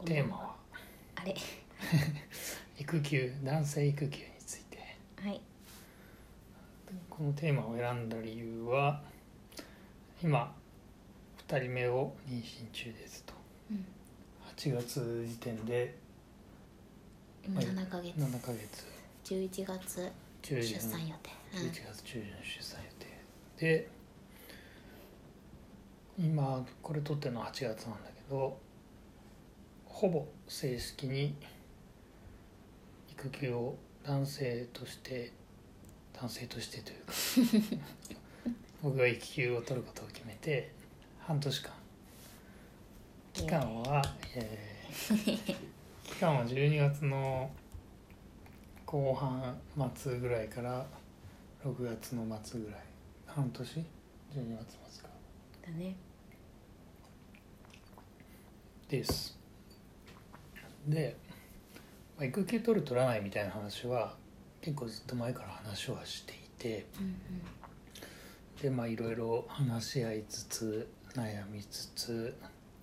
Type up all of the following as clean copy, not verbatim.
テーマはあれ育休、男性育休について。 はい。 このテーマを選んだ理由は、今2人目を妊娠中ですと、8月時点で 7ヶ月、 7ヶ月 11月中旬、 出産予定、 11月中旬出産予定で、今これ撮ってるのは8月なんだけど、ほぼ正式に育休を男性としてというか僕が育休を取ることを決めて半年間、期間は12月の後半末ぐらいから6月の末ぐらい、半年、12月末かだね。 ですで、育休取る取らないみたいな話は結構ずっと前から話はしていて、でいろいろ話し合いつつ悩みつつ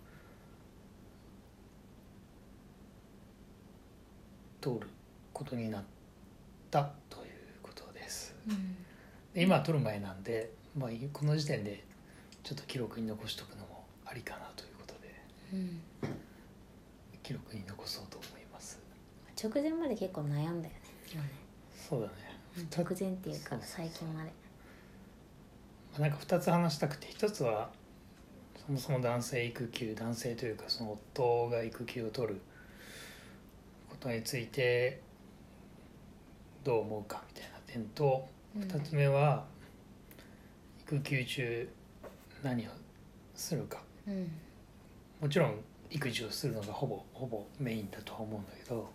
取ることになったということです、で今は取る前なんで、この時点でちょっと記録に残しとくのもありかなということで、記録に残そうと思います。 直前まで結構悩んだよね。 そうだね、 直前っていうか最近までなんか2つ話したくて、1つはそもそも男性というかその夫が育休を取ることについてどう思うかみたいな点と、2つ目は育休中何をするか、もちろん育児をするのがほぼメインだとは思うんだけど、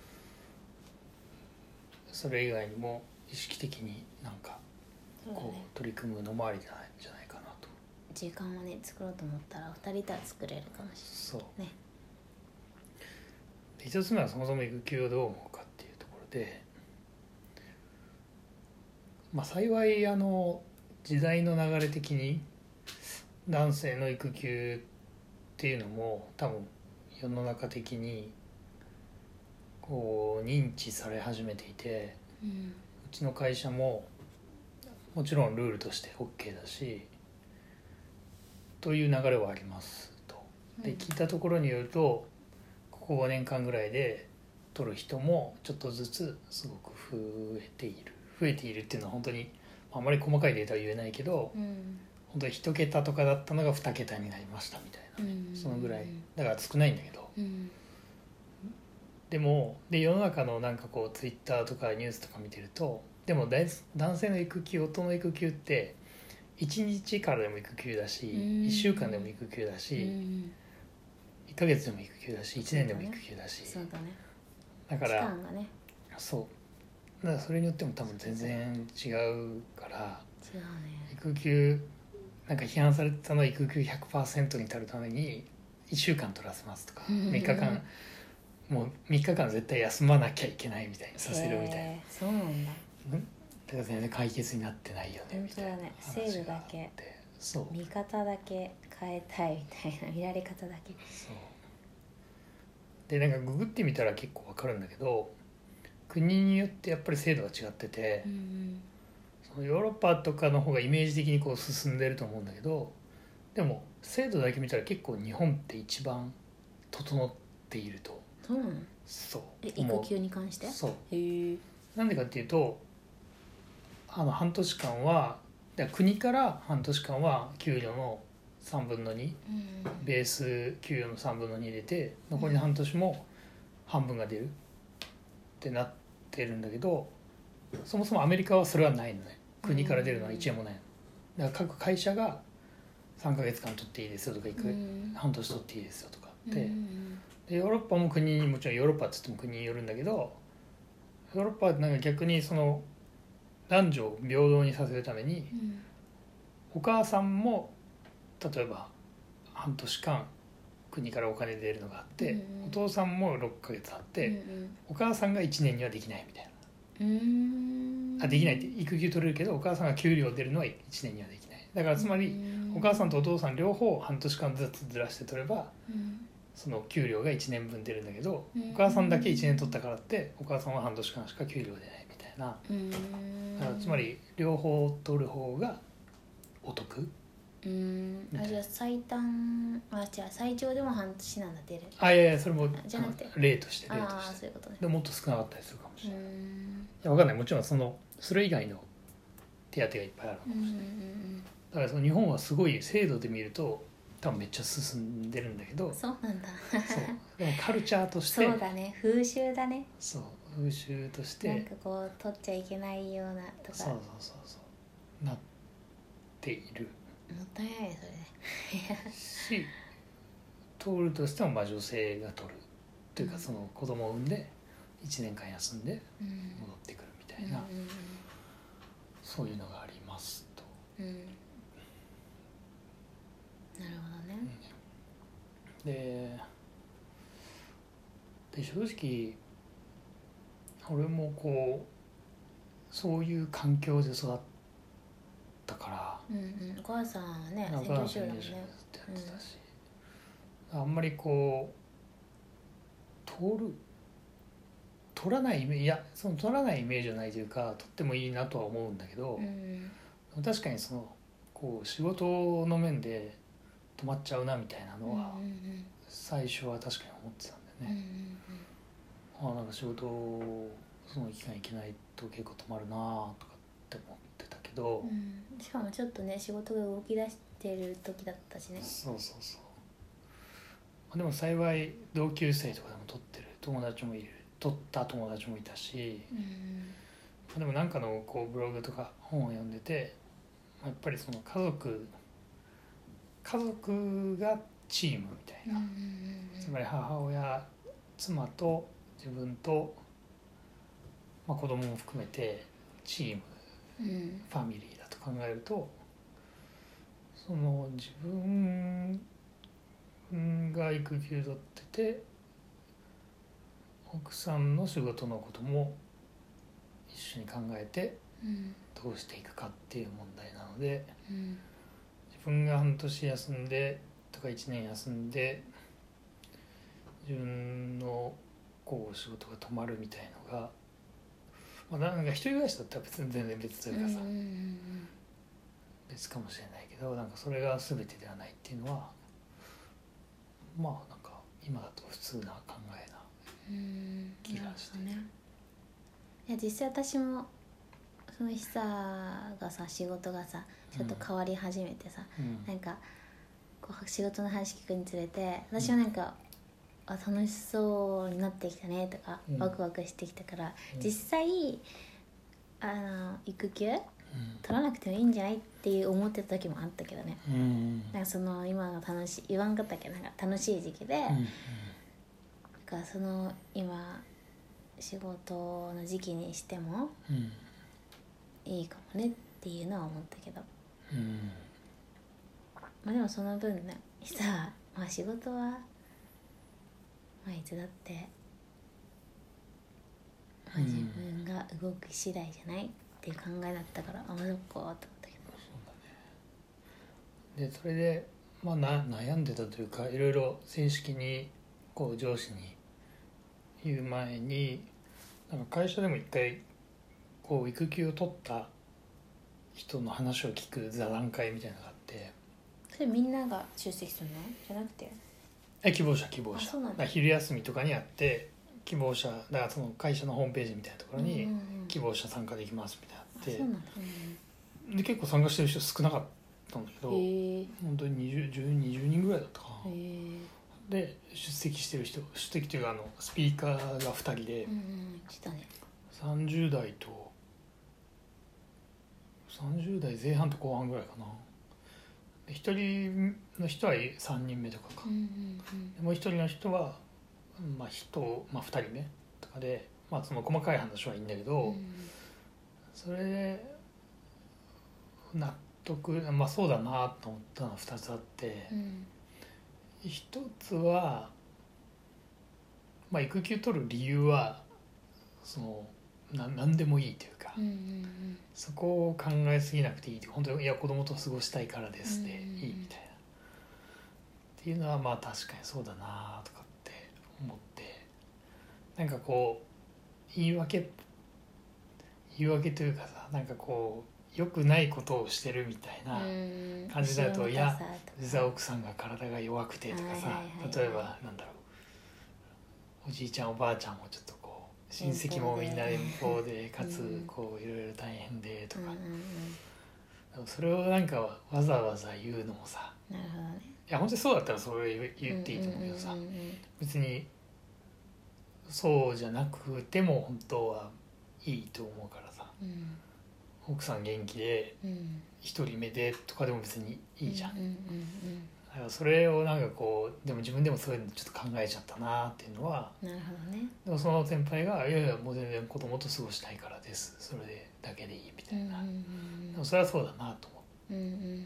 それ以外にも意識的になんかこう取り組むのもありじゃないかなと。 時間をね作ろうと思ったら2人いたら作れるかもしれない。 そうね。一つ目はそもそも育休をどう思うかっていうところで、幸い時代の流れ的に男性の育休っていうのも多分世の中的にこう認知され始めていて、うちの会社ももちろんルールとして OK だしという流れはありますと。で聞いたところによると、ここ5年間ぐらいで取る人もちょっとずつすごく増えているっていうのは本当にあまり細かいデータは言えないけど、本当に1桁とかだったのが2桁になりましたみたいな、そのぐらいだから少ないんだけど、でも世の中のなんかこうツイッターとかニュースとか見てると、でも男性の育休、夫の育休って1日からでも育休だし、1週間でも育休だし、1ヶ月でも育休だし、1年でも育休だし、 そうだね。 だから期間がね、 そうだからそれによっても多分全然違うから、 違うね。 育休なんか批判されてたのは育休 100% に至るために1週間取らせますとか、3日間もう3日間絶対休まなきゃいけないみたいにさせるみたいな、 そうなんだ。 だから全然解決になってないよねみたいな話があって、 制度だけ、 そう見方だけ変えたいみたいな、見られ方だけ。 そうでなんかググってみたら結構わかるんだけど、国によってやっぱり制度が違ってて、そのヨーロッパとかの方がイメージ的にこう進んでると思うんだけど、でも制度だけ見たら結構日本って一番整っていると。 そうなの？ そう。 育休に関して？ そう。 へえ。 なんでかっていうと、半年間は国から半年間は給料の3分の2、ベース給与の3分の2入れて、残りの半年も半分が出るってなってるんだけど、そもそもアメリカはそれはないのね。国から出るのは1円もないの。だから各会社が3ヶ月間取っていいですよとか、半年取っていいですよとかって、でヨーロッパも国に、もちろんヨーロッパって言っても国によるんだけど、ヨーロッパはなんか逆にその男女を平等にさせるために、お母さんも例えば半年間国からお金出るのがあって、お父さんも6ヶ月あって、お母さんが1年にはできないみたいな、できないって育休取れるけどお母さんが給料出るのは1年にはできない。だからつまりお母さんとお父さん両方半年間ずつずらして取れば、 その給料が1年分出るんだけど、 うんお母さんだけ1年取ったからってお母さんは半年間しか給料出ないみたいな、だからつまり両方取る方がお得。 じゃあ最短じゃあ最長でも半年なんだ出る。 いやいやそれもじゃなくて例としてそういうことね。 でもっと少なかったりするかもしれない。いんや分かんない、もちろんそれ以外の手当がいっぱいあるかもしれない。だからその日本はすごい制度で見ると多分めっちゃ進んでるんだけど、 そうなんだそうでもカルチャーとしてそうだね、風習だね。 そう風習としてなんかこう取っちゃいけないようなとか、 そうなっているもったいないねそれし、取るとしても女性が取るというか、その子供を産んで1年間休んで戻ってくるみたいな、そういうのがありますと。 なるほどね。 で正直俺もこうそういう環境で育ったから、 お母さんはねお母さん専業主婦だもんね。 ずっとやってたし、あんまりこう取らないイメージ、いやその取らないイメージはないというか、取ってもいいなとは思うんだけど、確かにそのこう仕事の面で止まっちゃうなみたいなのは最初は確かに思ってたんだよね。なんか仕事その期間行けないと結構止まるなとかって思ってたけど、 しかもちょっとね仕事が動き出してる時だったしね。 そうでも幸い同級生とかでも取ってる友達もいる、取った友達もいたし、でもなんかのこうブログとか本を読んでて、やっぱりその家族がチームみたいな、つまり母親、妻と自分と、子供も含めてチーム、ファミリーだと考えると、その自分が育休取ってて奥さんの仕事のことも一緒に考えてどうしていくかっていう問題なので、自分が半年休んでとか1年休んで自分のこう仕事が止まるみたいのが、なんか一人暮らしだったら全然別というかさ、別かもしれないけど、なんかそれが全てではないっていうのはなんか今だと普通な考えな気がしている。 いや実際私もその久がさ仕事がさちょっと変わり始めてさ、なんかこう仕事の話聞くにつれて私はなんか、楽しそうになってきたねとか、ワクワクしてきたから、実際育休取らなくてもいいんじゃないっていう思ってた時もあったけどね、なんかその今が楽しい言わんかったっけ、なんか楽しい時期で、なんかその今仕事の時期にしてもいいかもねっていうのは思ったけど、でもその分ねさ、仕事はいつだって、自分が動く次第じゃないっていう考えだったから、そっかと思ったけど。 でそれで、悩んでたというか、いろいろ正式にこう上司に言う前に、なんか会社でも一回こう育休を取った人の話を聞く座談会みたいなのがあって、 それみんなが出席するのじゃなくて、 希望者そうなんだ。 だから昼休みとかにあって、希望者だからその会社のホームページみたいなところに希望者参加できますみたいなのあって、 そうなんだ、 で結構参加してる人少なかったんだけど、本当に20人ぐらいだったかな。で出席してる人、出席というかスピーカーが2人で、30代前半と後半ぐらいかな。で1人の人は3人目とかか、もう1人の人は2人目とかで、その細かい話はいいんだけど、それで納得、そうだなと思ったのは2つあって、1つは、育休取る理由は何でもいいというか、そこを考えすぎなくていいって、本当に子供と過ごしたいからですでいいみたいな、っていうのはまあ確かにそうだなとかって思って、なんかこう言い訳というかさ、なんかこう良くないことをしてるみたいな感じだと、いや実は奥さんが体が弱くてとかさ、例えばなんだろう、おじいちゃんおばあちゃんもちょっとこう親戚もみんな遠方でかつこういろいろ大変でとか、でもそれをなんかわざわざ言うのもさ、 なるほどね、 いや本当にそうだったらそれ言っていいと思うけどさ、別にそうじゃなくても本当はいいと思うからさ、奥さん元気で一人目でとかでも別にいいじゃん。だからそれをなんかこうでも自分でもそういうのちょっと考えちゃったなっていうのは。 なるほどね。 でもその先輩が「いやいやもう全然子供と過ごしたいからです、それでだけでいい」みたいな、でもそれはそうだなと思って、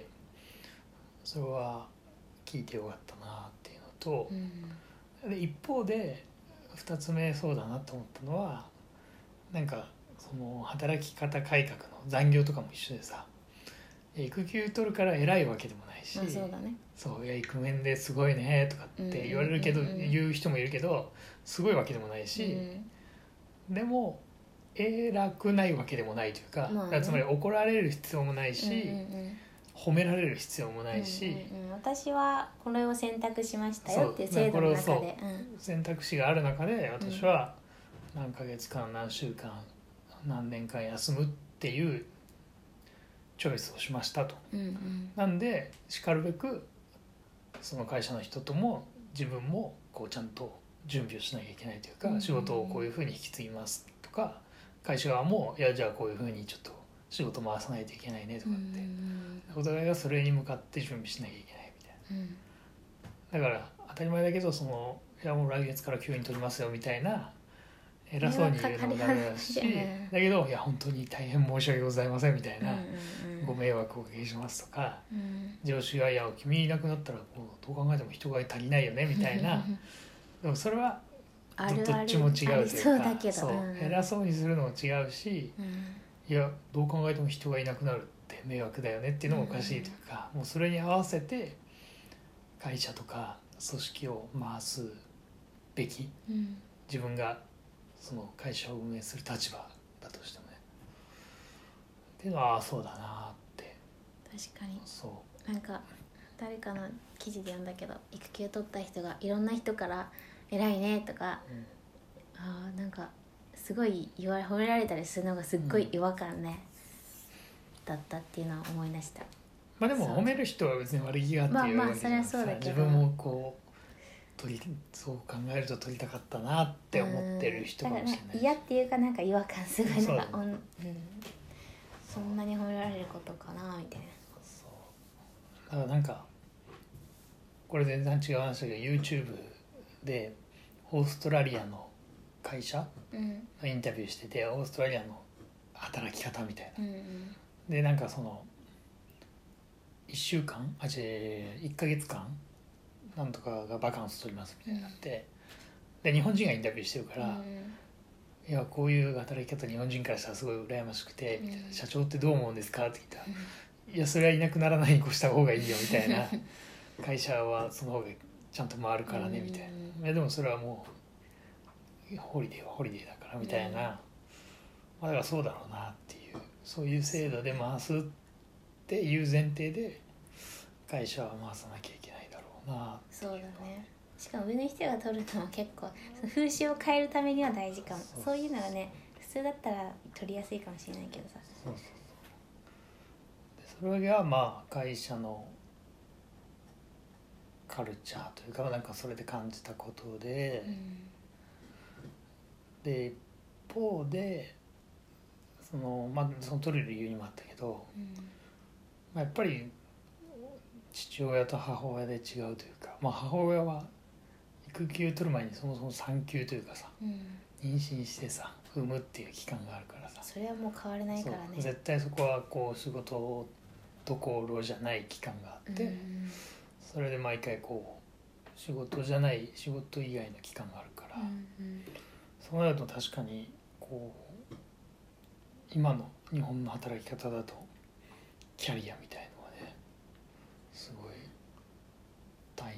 それは聞いてよかったなっていうのと、で一方で2つ目そうだなと思ったのは、なんかその働き方改革の残業とかも一緒でさ、育休取るから偉いわけでもないし、 そうだね、 そういやイクメンですごいねとかって言われるけど、言う人もいるけどすごいわけでもないし、でも偉くないわけでもないというか、だからつまり怒られる必要もないし、褒められる必要もないし、 私はこれを選択しましたよっていう制度の中で、 選択肢がある中で私は何ヶ月間何週間何年間休むっていうチョイスをしましたと、なんでしかるべくその会社の人とも自分もこうちゃんと準備をしなきゃいけないというか、仕事をこういうふうに引き継ぎますとか、会社側もいやじゃあこういうふうにちょっと仕事回さないといけないねとかって、お互いがそれに向かって準備しなきゃいけないみたいな、だから当たり前だけど、そのいやもう来月から急に取りますよみたいな偉そうに言うのもダメだし、だけどいや本当に大変申し訳ございませんみたいな、ご迷惑をおかけしますとか、上司がいや君いなくなったらどう考えても人が足りないよねみたいなでもそれはどっちも違うというか、そう偉そうにするのも違うし、いやどう考えても人がいなくなるって迷惑だよねっていうのもおかしいというか、もうそれに合わせて会社とか組織を回すべき、自分がその会社を運営する立場だとしてもねっていうのはそうだなって。 確かにそうなんか誰かの記事で読んだけど、育休取った人がいろんな人から偉いねとか、なんかすごい褒められたりするのがすっごい違和感ね、だったっていうのを思い出した。 まあでも褒める人は別に悪気があって言うわけじゃないですか。自分もこうそう考えると取りたかったなって思ってる人かもしれない。 嫌っていうかなんか違和感すごいなんかそんなに褒められることかなみたいな。 そうだからなんかこれ全然違う話だけど YouTube でオーストラリアの会社のインタビューしてて、オーストラリアの働き方みたいな、でなんかその1ヶ月間なんとかがバカンス取りますみたいになって、で日本人がインタビューしてるから、いやこういう働き方日本人からしたらすごい羨ましくてみたいな、社長ってどう思うんですかって聞いたら、いやそれはいなくならないに越した方がいいよみたいな会社はその方がちゃんと回るからねみたいな、いやでもそれはもうホリデーはホリデーだからみたいな、まあ、だからそうだろうなっていう、そういう制度で回すっていう前提で会社は回さなきゃいけないだろうなっていう。 そうだね。しかも上の人が取るのは結構風習を変えるためには大事かも。そういうのがね普通だったら取りやすいかもしれないけどさ。 それがまあ会社のカルチャーというか、なんかそれで感じたことで、で一方でその取る理由にもあったけど、やっぱり父親と母親で違うというか、母親は育休取る前にそもそも産休というかさ、妊娠してさ産むっていう期間があるからさ、 それはもう変われないからね。 絶対そこはこう仕事どころじゃない期間があって、それで毎回こう仕事じゃない仕事以外の期間があるから、そうなると確かにこう今の日本の働き方だとキャリアみたいのはねすごい大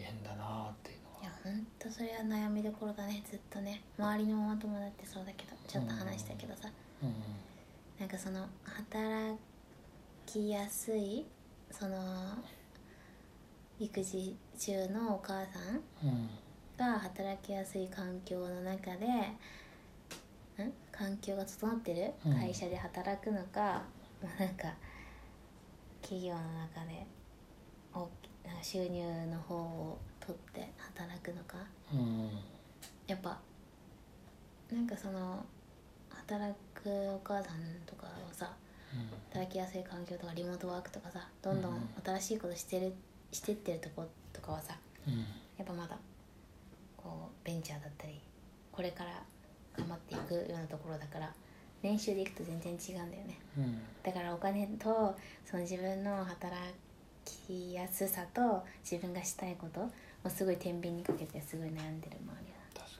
とそれは悩みどころだね。ずっとね、周りのママ友だってそうだけど、ちょっと話したけどさ、なんかその働きやすいその育児中のお母さんが働きやすい環境の中で、環境が整ってる会社で働くのか、なんか企業の中で収入の方を取って働くのか、やっぱなんかその働くお母さんとかはさ、働きやすい環境とかリモートワークとかさ、どんどん新しいことしてってるとことかはさ、やっぱまだこうベンチャーだったりこれから頑張っていくようなところだから、練習でいくと全然違うんだよね、だからお金とその自分の働きやすさと自分がしたいことをすごい天秤にかけてすごい悩んでる周りだ。確か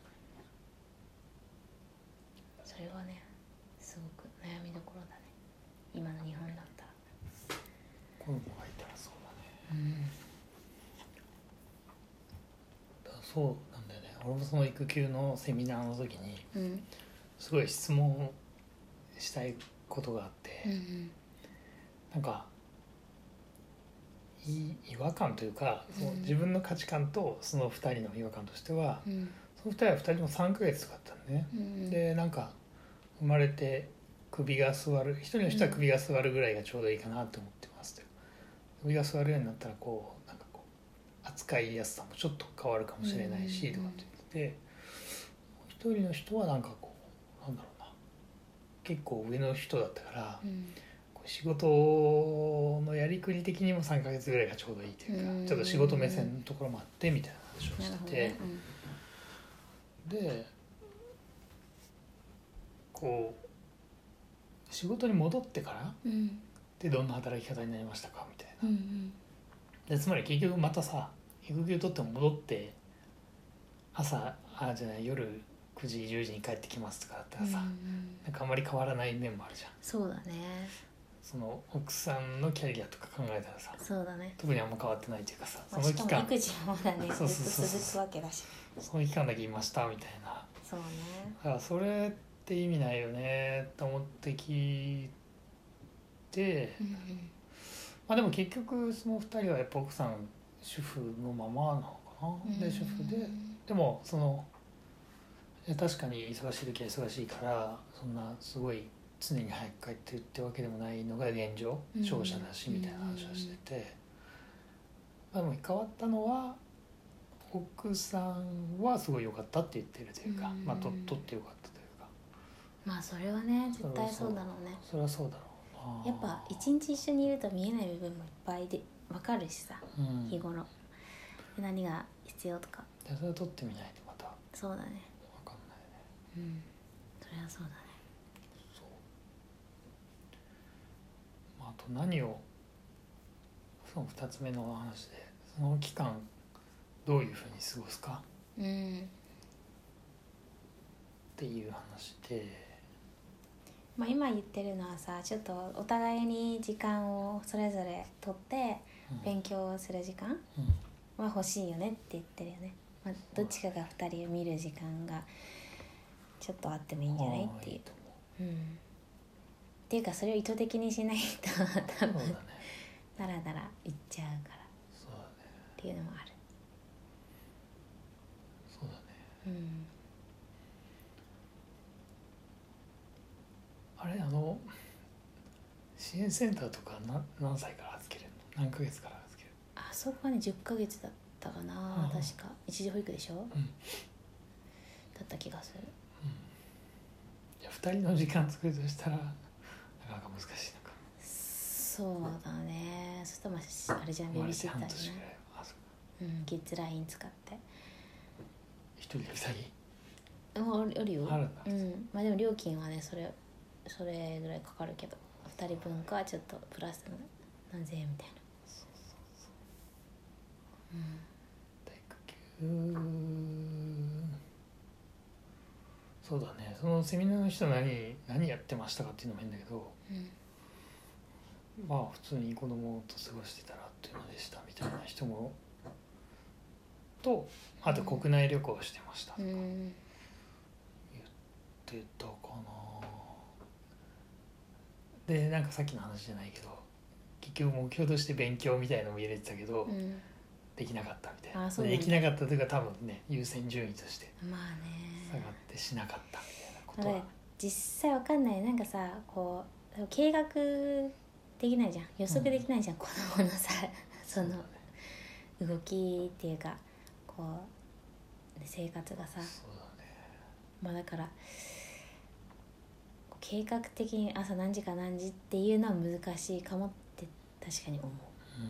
にそれはねすごく悩みどころだね、今の日本だったら。 子供がいたらそうだね、だからそうなんだよね。俺もその育休のセミナーの時にすごい質問をしたいことがあって、なんか違和感というか、その自分の価値観とその2人の違和感としては、その2人は2人とも3ヶ月とかだったのね、でなんか生まれて首が座る、一人の人は首が座るぐらいがちょうどいいかなと思ってますと。首が座るようになったらこうなんかこう扱いやすさもちょっと変わるかもしれないしとかって言ってて、一人の人はなんかこうなんだろうな、結構上の人だったから、仕事のやりくり的にも3ヶ月ぐらいがちょうどいいというか、ちょっと仕事目線のところもあってみたいな話をしてて、でこう仕事に戻ってから、でどんな働き方になりましたかみたいな、でつまり結局またさ、育休取っても戻って夜9時10時に帰ってきますとかだったらさ、なんかあんまり変わらない面もあるじゃん。 そうだね。 その奥さんのキャリアとか考えたらさ、 そうだね、 特にあんま変わってないというかさ、 その期間、しかも育児もだね、ずっと続くわけだし、 その期間だけいましたみたいな。 そうね。 だからそれって意味ないよねと思って聞いて、まあでも結局その2人はやっぱ奥さん主婦のままなのかな、で主婦で、でもその確かに忙しい時は忙しいから、そんなすごい常に早く帰ってるってわけでもないのが現状、商社だしみたいな話をしてて、でも変わったのは奥さんはすごい良かったって言ってるというか、まあ取って良かったというか、まあそれはね絶対そうだろうね。 それはそうだろうな。 やっぱ一日一緒にいると見えない部分もいっぱいで分かるしさ、日頃で何が必要とか、 それは取ってみないとまたそうだね、 分かんないね。 それはそうだね。 そう、まあ、あと何をその2つ目の話で、その期間どういうふうに過ごすかっていう話で、 まあ、今言ってるのはさ、ちょっとお互いに時間をそれぞれ取って勉強する時間は欲しいよねって言ってるよね、まあ、どっちかが2人を見る時間がちょっとあってもいいんじゃないっていう、っていうかそれを意図的にしないと多分だらだらいっちゃうからっていうのもある。 そうだね。あれ支援センターとか何歳から預けるの？何ヶ月から預ける？ あそこはね10ヶ月だったかな、確か一時保育でしょ、だった気がする。 じゃあ2人の時間作るとしたらなかなか難しいのか。 そうだね。そしたらあれじゃん、ベビーシッターじゃない、キッズライン使って 1人で2 人おるよ。 あるんだ。 まあでも料金はねそれぐらいかかるけど、2人分かちょっとプラス何千円みたいな。 育休、そうだね。そのセミナーの人は何やってましたかっていうのも変だけど、まあ普通に子供と過ごしてたらっていうのでしたみたいな人もとあと国内旅行をしてました、 うん、 言ってたかな。でなんかさっきの話じゃないけど結局目標として勉強みたいのも入れてたけど、できなかったみたいな。 あ、そうなんだ。 できなかったというか多分ね優先順位としてまあね下がってしなかったみたいなことは、 実際わかんない。なんかさこう計画できないじゃん、予測できないじゃん、子供のさその動きっていうかこう生活がさ、 そうだね。 まあだから計画的に朝何時か何時っていうのは難しいかもって確かに思う、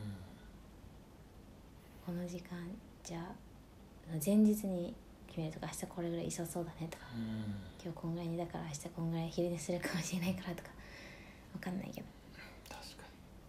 この時間じゃあ前日に決めるとか、明日これぐらい急そうだねとか、今日こんぐらいにだから明日こんぐらい昼寝するかもしれないからとかわかんないけど、 確か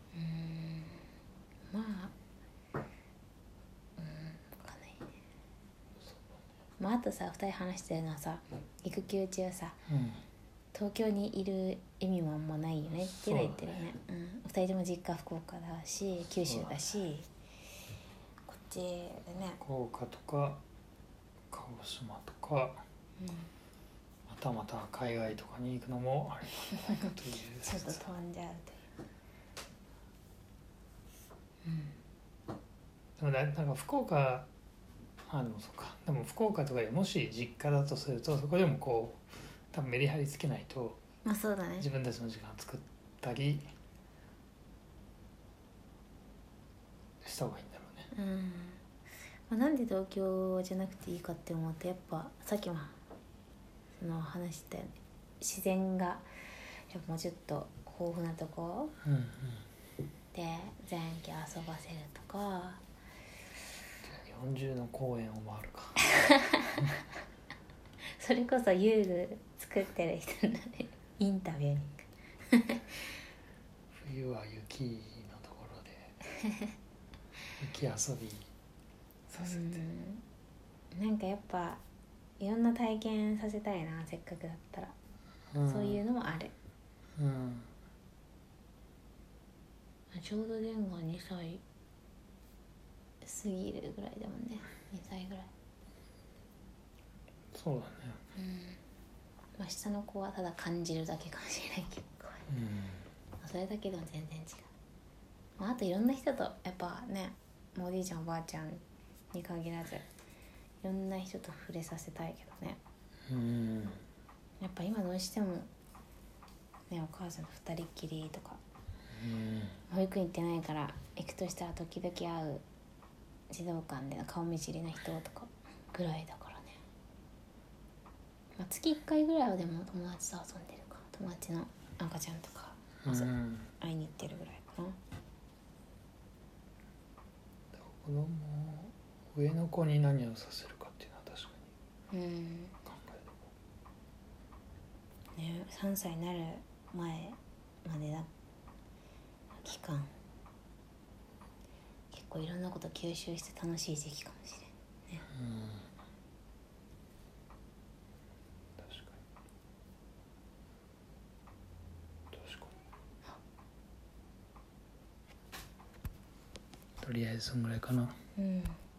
まあわかんないね。まああとさ2人話してるのはさ、育休中さ、東京にいる意味もあんまないよねっていうのは言ってるよね。2人とも実家福岡だし九州だし、こっちでね福岡とか鹿児島とか、またまた海外とかに行くのもありなんじゃないかというちょっと飛んじゃうという、 でもなんか福岡そうか、でも福岡とかでもし実家だとするとそこでもこう多分メリハリつけないと、 まあそうだね、 自分たちの時間作ったりした方がいいんだろうね。 まあ、なんで東京じゃなくていいかって思うと、やっぱさっきもその話したよね、自然がやっぱもうちょっと豊富なとこで全家遊ばせるとか、 日本中の公園を回るかそれこそ遊具作ってる人のねインタビューに冬は雪のところで雪遊びさせて、 なんかやっぱいろんな体験させたいな、せっかくだったら、そういうのもある。ちょうどデンが2歳過ぎるぐらいだもんね、2歳ぐらい。 そうだね。 まあ、下の子はただ感じるだけかもしれないけど、それだけでも全然違う。まあ、あといろんな人とやっぱね、おじいちゃんおばあちゃんに限らずいろんな人と触れさせたいけどね、やっぱ今どうしてもね、お母さんと2人っきりとか、保育園行ってないから行くとしたら時々会う児童館での顔見知りな人とかぐらいだからね、まあ、月1回ぐらいはでも友達と遊んでるか、友達の赤ちゃんとか会いに行ってるぐらいかな。 子供上の子に何をさせるかっていうのは確かに考える、 ね、3歳になる前までだ期間結構いろんなこと吸収して楽しい時期かもしれんね。 確かにとりあえずそんぐらいかな。